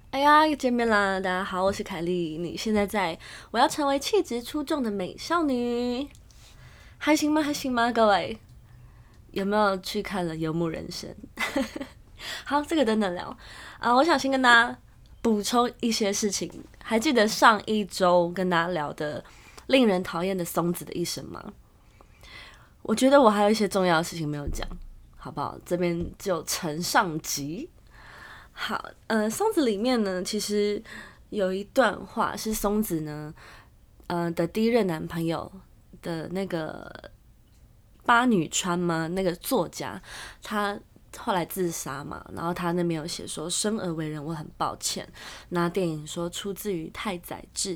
哎呀，又见面啦！大家好，我是凯莉。你现在在我要成为气质出众的美少女，还行吗？还行吗？各位有没有去看了《游牧人生》？好，这个等等聊我想先跟大家补充一些事情。还记得上一周跟大家聊的令人讨厌的松子的一生吗？我觉得我还有一些重要的事情没有讲，好不好？这边就呈上集。好，松子里面呢，其实有一段话是松子呢，的第一任男朋友的那个八女川吗？那个作家，他后来自杀嘛，然后他那边有写说，生而为人，我很抱歉。那电影说出自于太宰治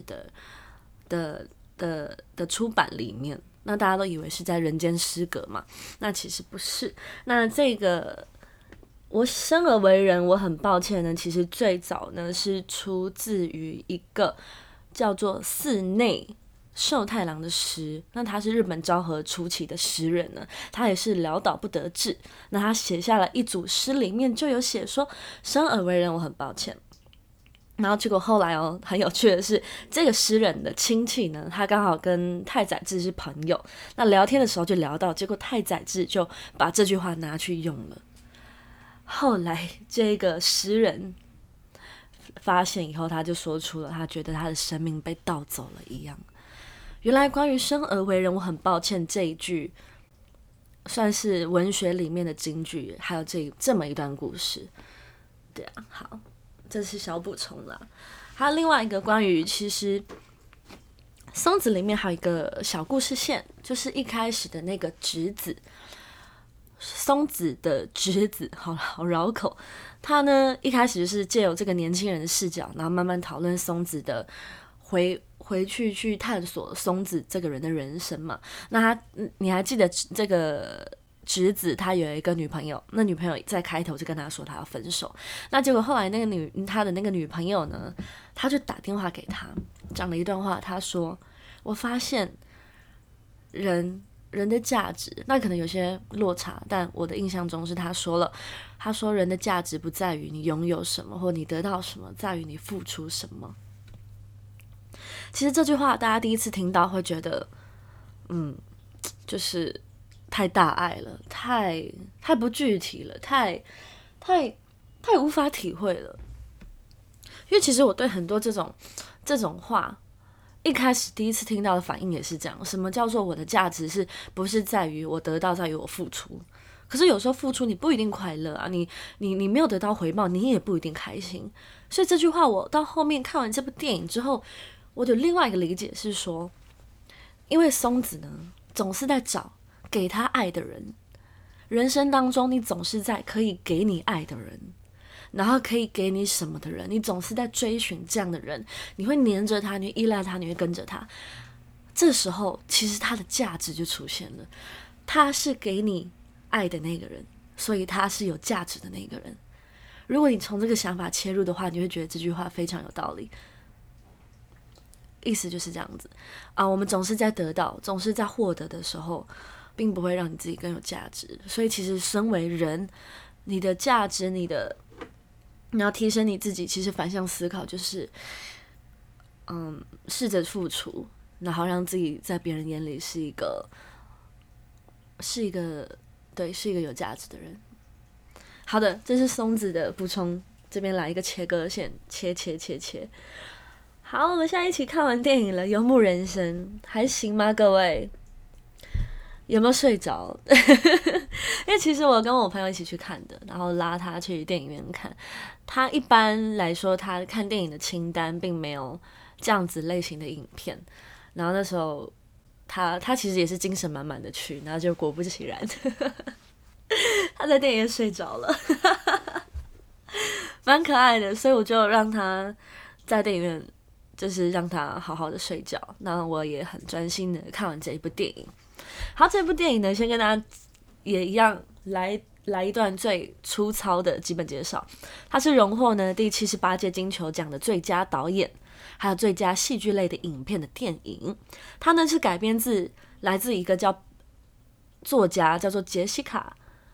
的出版里面，那大家都以为是在人间失格嘛，那其实不是。那这个我生而为人，我很抱歉呢。其实最早呢是出自于一个叫做寺内寿太郎的诗。那他是日本昭和初期的诗人呢，他也是潦倒不得志。那他写下了一组诗，里面就有写说生而为人，我很抱歉。然后结果后来很有趣的是，这个诗人的亲戚呢，他刚好跟太宰治是朋友。那聊天的时候就聊到，结果太宰治就把这句话拿去用了。后来这个诗人发现以后，他就说出了他觉得他的生命被盗走了一样。原来关于生而为人，我很抱歉这一句，算是文学里面的金句，还有这么一段故事。对啊，好，这是小补充啦。还有另外一个关于，其实松子里面还有一个小故事线，就是一开始的那个侄子。松子的侄子，好绕口。他呢一开始就是借由这个年轻人的视角，然后慢慢讨论松子的回去探索松子这个人的人生嘛。那你还记得这个侄子他有一个女朋友，那女朋友在开头就跟他说他要分手。那结果后来他的那个女朋友呢，他就打电话给他，讲了一段话。他说：“我发现人的价值，那可能有些落差，但我的印象中是他说人的价值不在于你拥有什么或你得到什么，在于你付出什么。”其实这句话大家第一次听到会觉得，就是太大爱了，太不具体了，太无法体会了。因为其实我对很多这种话，一开始第一次听到的反应也是这样。什么叫做我的价值是不是在于我得到，在于我付出？可是有时候付出你不一定快乐啊，你没有得到回报，你也不一定开心。所以这句话我到后面看完这部电影之后，我有另外一个理解是说，因为松子呢总是在找给他爱的人，人生当中你总是在可以给你爱的人，然后可以给你什么的人，你总是在追寻这样的人，你会黏着他，你会依赖他，你会跟着他。这时候其实他的价值就出现了，他是给你爱的那个人，所以他是有价值的那个人。如果你从这个想法切入的话，你会觉得这句话非常有道理。意思就是这样子我们总是在得到，总是在获得的时候，并不会让你自己更有价值。所以其实身为人，你的价值，你要提升你自己，其实反向思考就是，试着付出，然后让自己在别人眼里是一个有价值的人。好的，这是松子的补充，这边来一个切割线，切。好，我们现在一起看完电影了，《游牧人生》还行吗？各位有没有睡着？因为其实我跟我朋友一起去看的，然后拉他去电影院看。他一般来说，他看电影的清单并没有这样子类型的影片。然后那时候他其实也是精神满满的去，然后就果不其然，他在电影院睡着了，蛮可爱的。所以我就让他在电影院，就是让他好好的睡觉。那我也很专心的看完这一部电影。好，这部电影呢，先跟大家也一样来一段最粗糙的基本介绍。它是荣获呢第78届金球奖的最佳导演，还有最佳戏剧类的影片的电影。它呢是改编自来自一个作家叫做杰西卡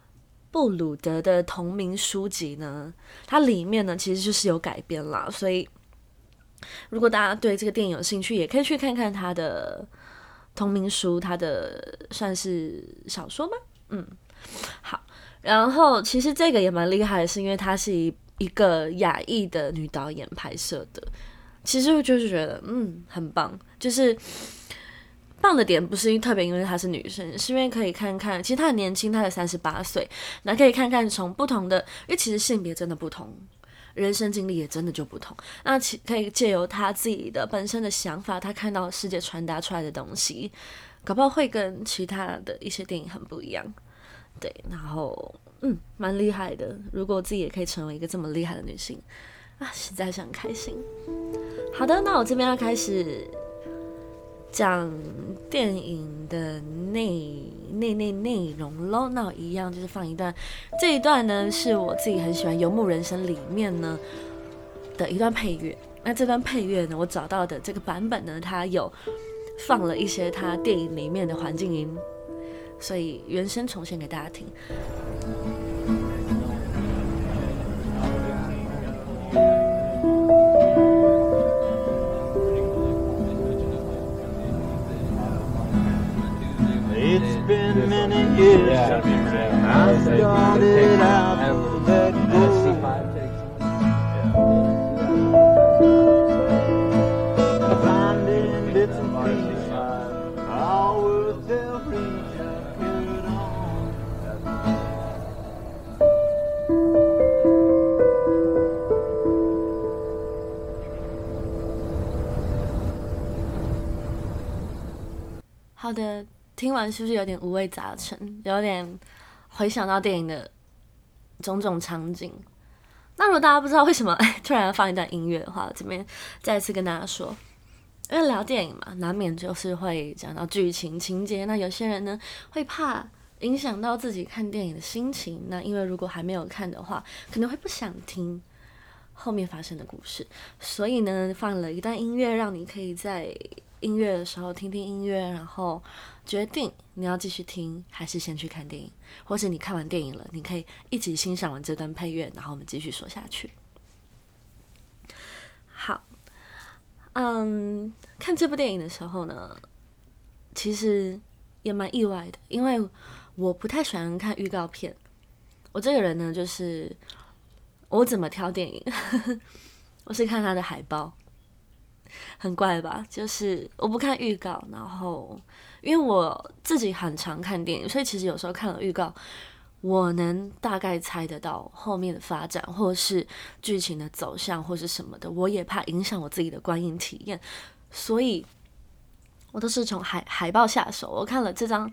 布鲁德的同名书籍呢，它里面呢其实就是有改编啦，所以如果大家对这个电影有兴趣，也可以去看看它的同名书，它的算是小说吗？好。然后其实这个也蛮厉害的，是因为它是一个亚裔的女导演拍摄的，其实我就是觉得很棒，就是棒的点不是特别因为她是女生，是因为可以看看，其实她很年轻，她才38岁，那可以看看从不同的，因为其实性别真的不同，人生经历也真的就不同，那可以借由她自己的本身的想法，她看到世界传达出来的东西，搞不好会跟其他的一些电影很不一样。对，然后蛮厉害的。如果自己也可以成为一个这么厉害的女性啊，实在是很开心。好的，那我这边要开始讲电影的内容咯。那我一样就是放一段，这一段呢是我自己很喜欢《游牧人生》里面呢的一段配乐。那这段配乐呢，我找到的这个版本呢，它有放了一些它电影里面的环境音。所以原声重现给大家听。It's been many years I started out to let go. Finding bits and pieces, all worth their reach.好的，听完是不是有点五味杂陈，有点回想到电影的种种场景？那如果大家不知道为什么突然放一段音乐的话，我这边再一次跟大家说，因为聊电影嘛，难免就是会讲到剧情情节，那有些人呢会怕影响到自己看电影的心情，那因为如果还没有看的话，可能会不想听后面发生的故事，所以呢放了一段音乐，让你可以在音乐的时候听听音乐，然后决定你要继续听还是先去看电影，或是你看完电影了，你可以一起欣赏完这段配乐，然后我们继续说下去。好，看这部电影的时候呢，其实也蛮意外的，因为我不太喜欢看预告片。我这个人呢，就是我怎么挑电影我是看它的海报，很怪吧，就是我不看预告，然后因为我自己很常看电影，所以其实有时候看了预告，我能大概猜得到后面的发展，或是剧情的走向，或是什么的，我也怕影响我自己的观影体验，所以我都是从海报下手。我看了这张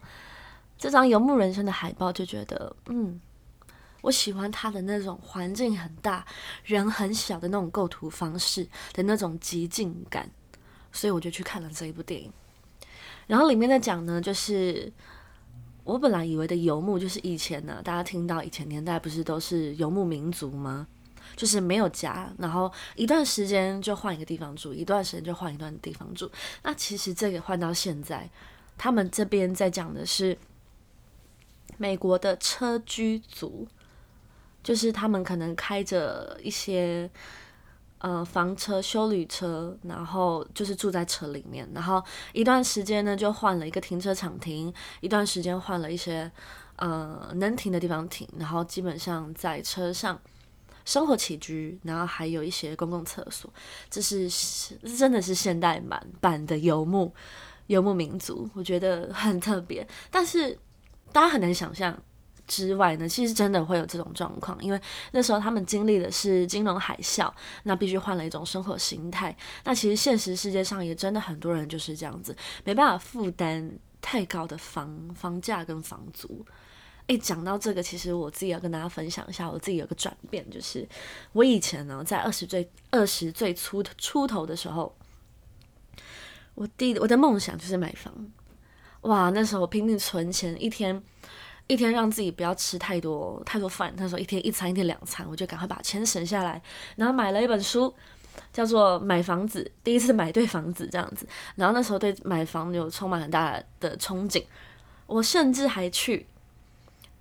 《游牧人生》的海报，就觉得我喜欢它的那种环境很大、人很小的那种构图方式的那种极尽感，所以我就去看了这一部电影。然后里面在讲呢，就是我本来以为的游牧，就是以前呢，大家听到以前年代不是都是游牧民族吗？就是没有家，然后一段时间就换一个地方住，一段时间就换一段地方住。那其实这个换到现在，他们这边在讲的是美国的车居族，就是他们可能开着一些房车、休旅车，然后就是住在车里面，然后一段时间呢就换了一个停车场停，一段时间换了一些能停的地方停，然后基本上在车上生活起居，然后还有一些公共厕所，这是真的是现代版的游牧民族，我觉得很特别，但是大家很难想象之外呢，其实真的会有这种状况，因为那时候他们经历的是金融海啸，那必须换了一种生活形态。那其实现实世界上也真的很多人就是这样子，没办法负担太高的房价跟房租。讲到这个，其实我自己要跟大家分享一下，我自己有个转变，就是我以前呢，在20岁出头的时候，我的梦想就是买房。哇，那时候我拼命存钱，一天让自己不要吃太多饭，那时候一天一餐，一天2餐，我就赶快把钱省下来，然后买了一本书，叫做《买房子》，第一次买对房子这样子。然后那时候对买房有充满很大的憧憬，我甚至还去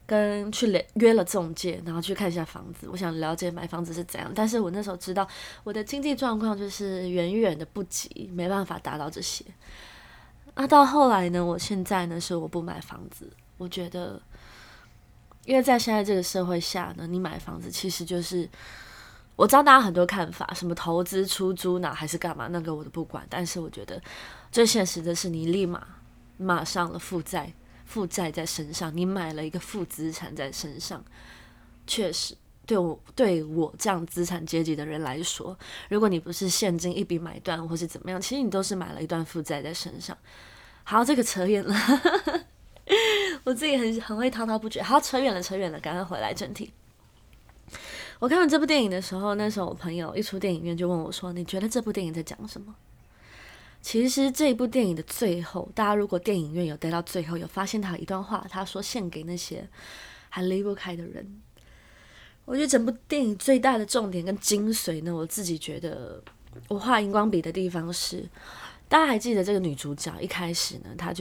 跟去约了中介，然后去看一下房子，我想了解买房子是怎样。但是我那时候知道我的经济状况就是远远的不及，没办法达到这些。到后来呢，我现在呢是我不买房子，我觉得，因为在现在这个社会下呢，你买房子其实就是我知道大家很多看法，什么投资、出租呢，还是干嘛，那个我都不管。但是我觉得最现实的是，你马上了负债在身上，你买了一个负资产在身上，确实对我这样资产阶级的人来说，如果你不是现金一笔买断或是怎么样，其实你都是买了一段负债在身上。好，这个扯远了，我自己很会滔滔不绝。好，扯远了，赶快回来正题。我看完这部电影的时候，那时候我朋友一出电影院就问我说：“你觉得这部电影在讲什么？”其实这一部电影的最后，大家如果电影院有待到最后，有发现他有一段话，他说献给那些还离不开的人。我觉得整部电影最大的重点跟精髓呢，我自己觉得我画荧光笔的地方是，大家还记得这个女主角一开始呢，她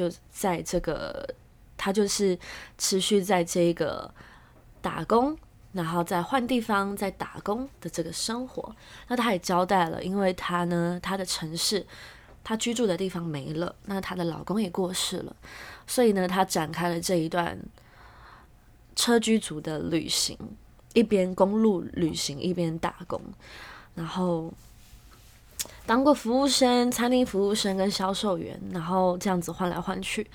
就是持续在这个打工，然后再换地方再打工的这个生活。那她也交代了，因为她的城市，她居住的地方没了，那她的老公也过世了，所以呢，她展开了这一段车居族的旅行，一边公路旅行一边打工，然后当过服务生、餐厅服务生跟销售员，然后这样子换来换去。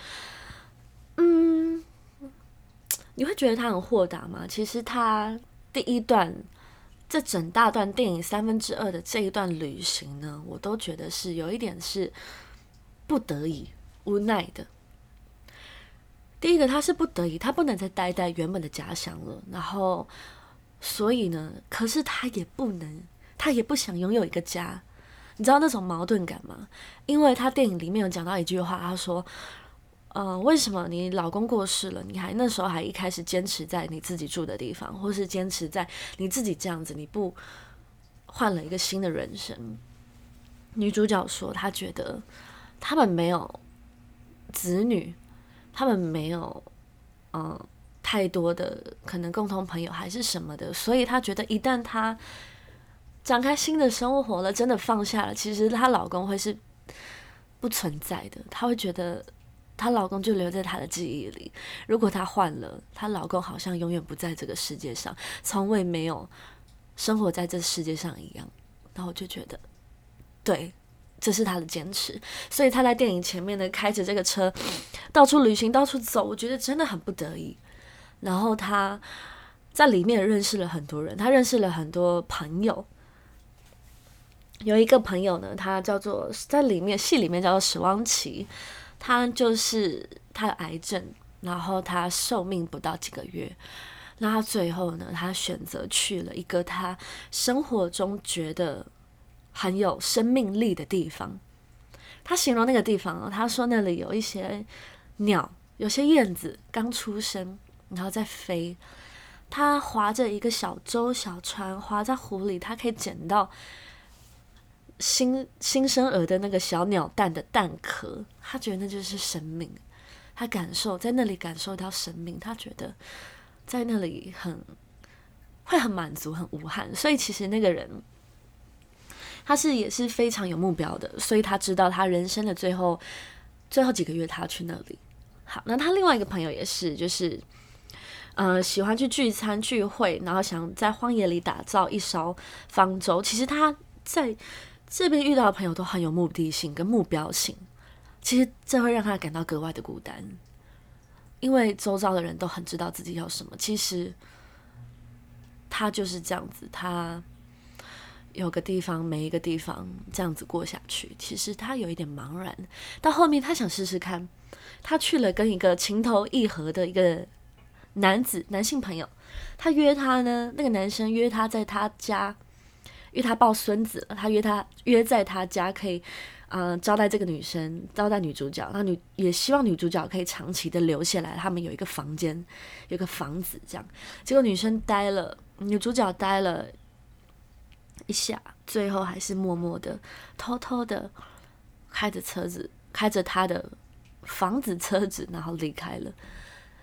你会觉得他很豁达吗？其实他第一段这整大段电影2/3的这一段旅行呢，我都觉得是有一点是不得已、无奈的。第一个，他是不得已，他不能再待在原本的家乡了，然后所以呢，可是他也不想拥有一个家，你知道那种矛盾感吗？因为他电影里面有讲到一句话，他说为什么你老公过世了，你那时候还一开始坚持在你自己住的地方，或是坚持在你自己这样子，你不换了一个新的人生？女主角说，她觉得他们没有子女，他们没有太多的可能共同朋友还是什么的，所以她觉得一旦她展开新的生活了，真的放下了，其实她老公会是不存在的，她会觉得她老公就留在她的记忆里。如果她换了，她老公好像永远不在这个世界上，从未没有生活在这世界上一样。然后我就觉得，对，这是她的坚持。所以她在电影前面呢，开着这个车到处旅行，到处走，我觉得真的很不得已。然后她在里面认识了很多人，她认识了很多朋友。有一个朋友呢，他叫做在戏里面叫做史汪奇，他就是他有癌症，然后他寿命不到几个月，那他最后呢，他选择去了一个他生活中觉得很有生命力的地方。他形容那个地方他说那里有一些鸟，有些燕子刚出生，然后在飞。他划着一个小舟、小船，划在湖里，他可以捡到新生儿的那个小鸟蛋的蛋壳，他觉得那就是生命。他在那里感受到生命，他觉得在那里会很满足、很无憾。所以其实那个人他也是非常有目标的，所以他知道他人生的最后几个月他要去那里。好，那他另外一个朋友也是，就是喜欢去聚餐聚会，然后想在荒野里打造一艘方舟。其实他在这边遇到的朋友都很有目的性跟目标性，其实这会让他感到格外的孤单，因为周遭的人都很知道自己要什么。其实他就是这样子，他有个地方没一个地方这样子过下去，其实他有一点茫然。到后面他想试试看，他去了跟一个情投意合的一个男性朋友，他约他呢，那个男生约他在他家，因为他抱孙子了，他约在他家可以招待这个女生，招待女主角，那也希望女主角可以长期的留下来，他们有一个房间，有一个房子这样。结果女主角待了一下，最后还是默默的偷偷的开着他的房子车子，然后离开了。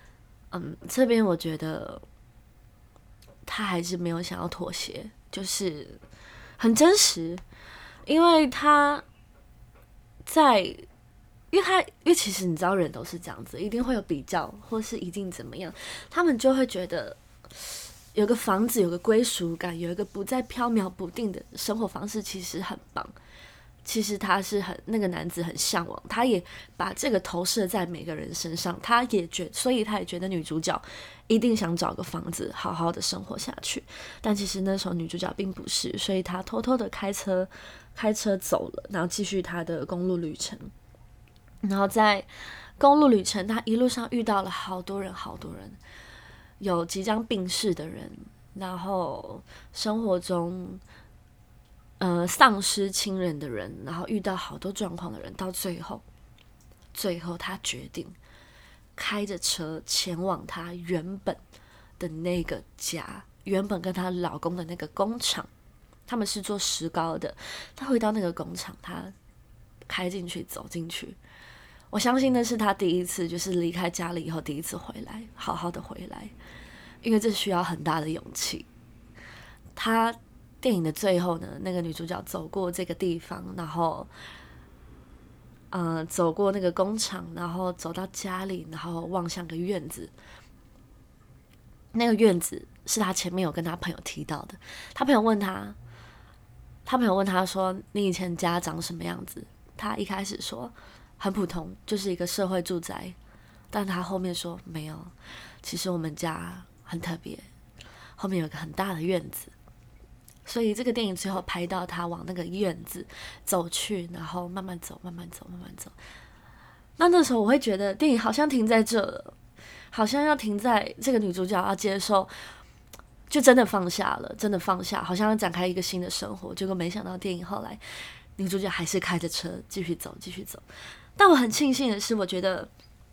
这边我觉得他还是没有想要妥协，就是很真实，因为他在，因为其实你知道人都是这样子，一定会有比较，或是一定怎么样，他们就会觉得有个房子，有个归属感，有一个不再飘渺不定的生活方式，其实很棒。其实他是那个男子很向往，他也把这个投射在每个人身上，所以他也觉得女主角一定想找个房子好好的生活下去。但其实那时候女主角并不是，所以他偷偷的开车走了，然后继续他的公路旅程。然后在公路旅程，他一路上遇到了好多人，有即将病逝的人，然后生活中丧失亲人的人，然后遇到好多状况的人，到最后他决定开着车前往他原本的那个家，原本跟她老公的那个工厂，他们是做石膏的。他回到那个工厂，他开进去，走进去。我相信那是他第一次，就是离开家里以后第一次回来，好好的回来，因为这需要很大的勇气。电影的最后呢，那个女主角走过这个地方，然后走过那个工厂，然后走到家里，然后望向个院子。那个院子是他前面有跟他朋友提到的。他朋友问他说：“你以前家长什么样子？”他一开始说很普通，就是一个社会住宅。但他后面说没有，其实我们家很特别，后面有个很大的院子。所以这个电影最后拍到他往那个院子走去，然后慢慢走。那时候我会觉得电影好像停在这了，好像要停在这个女主角要接受，就真的放下了，好像要展开一个新的生活。结果没想到电影后来女主角还是开着车继续走。但我很庆幸的是，我觉得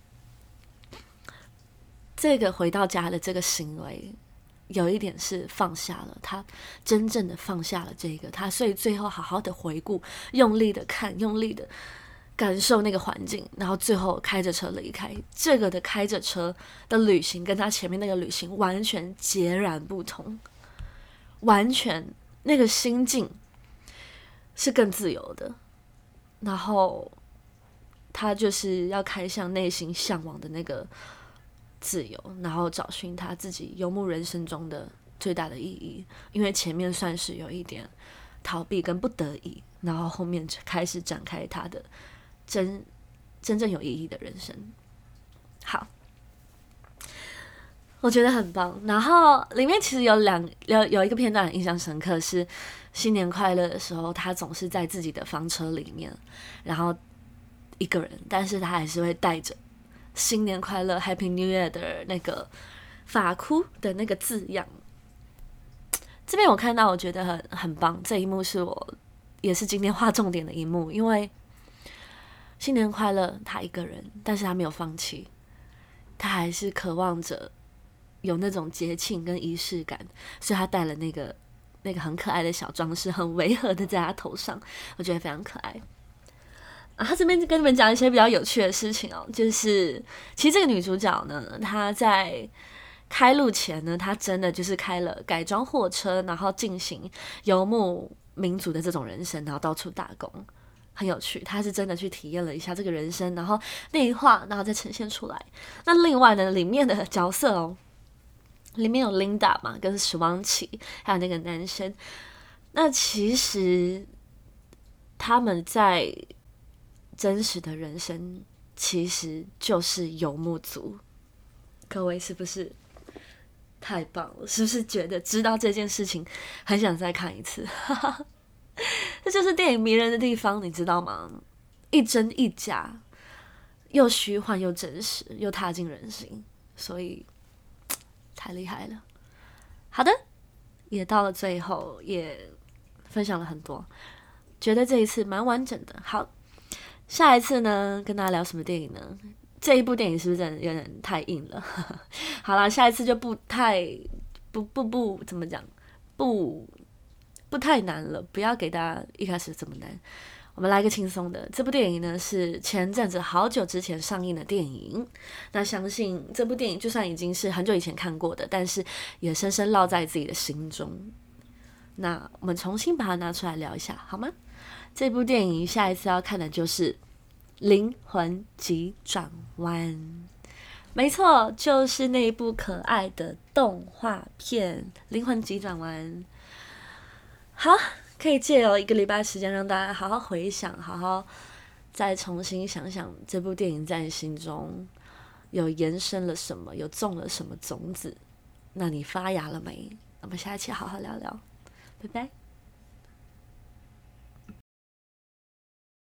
这个回到家的这个行为有一点是放下了，他真正的放下了这个他，所以最后好好的回顾，用力的看，用力的感受那个环境，然后最后开着车离开。这个的开着车的旅行跟他前面那个旅行完全截然不同，完全那个心境是更自由的，然后他就是要开向内心向往的那个自由，然后找寻他自己游牧人生中的最大的意义。因为前面算是有一点逃避跟不得已，然后后面开始展开他的真正有意义的人生。好，我觉得很棒。然后里面其实有一个片段很印象深刻，是新年快乐的时候，他总是在自己的房车里面，然后一个人，但是他还是会带着新年快乐 Happy New Year 的那个发箍的那个字样。这边我看到我觉得很棒，这一幕是我也是今天画重点的一幕。因为新年快乐他一个人，但是他没有放弃，他还是渴望着有那种节庆跟仪式感，所以他带了那个很可爱的小装饰，很违和的在他头上，我觉得非常可爱。他这边跟你们讲一些比较有趣的事情哦，就是其实这个女主角呢，她在开路前呢，她真的就是开了改装货车，然后进行游牧民族的这种人生，然后到处打工，很有趣。她是真的去体验了一下这个人生，然后内化，然后再呈现出来。那另外呢，里面的角色哦，里面有 Linda 嘛，跟史旺奇，还有那个男生。那其实他们在真实的人生其实就是游牧族。各位是不是太棒了？是不是觉得知道这件事情很想再看一次？这就是电影迷人的地方，你知道吗？一真一假，又虚幻又真实，又踏进人心，所以太厉害了。好的，也到了最后，也分享了很多，觉得这一次蛮完整的。好，下一次呢，跟大家聊什么电影呢？这一部电影是不是真的有点太硬了？好啦，下一次就不怎么讲，不太难了，不要给大家一开始这么难。 我们来个轻松的，这部电影呢是前阵子好久之前上映的电影，那相信这部电影就算已经是很久以前看过的，但是也深深烙在自己的心中。那我们重新把它拿出来聊一下好吗？这部电影下一次要看的就是《灵魂急转弯》，没错，就是那一部可爱的动画片《灵魂急转弯》。好，可以借由1个礼拜时间，让大家好好回想，好好再重新想想这部电影在你心中有延伸了什么，有种了什么种子。那你发芽了没？我们下一期好好聊聊，拜拜。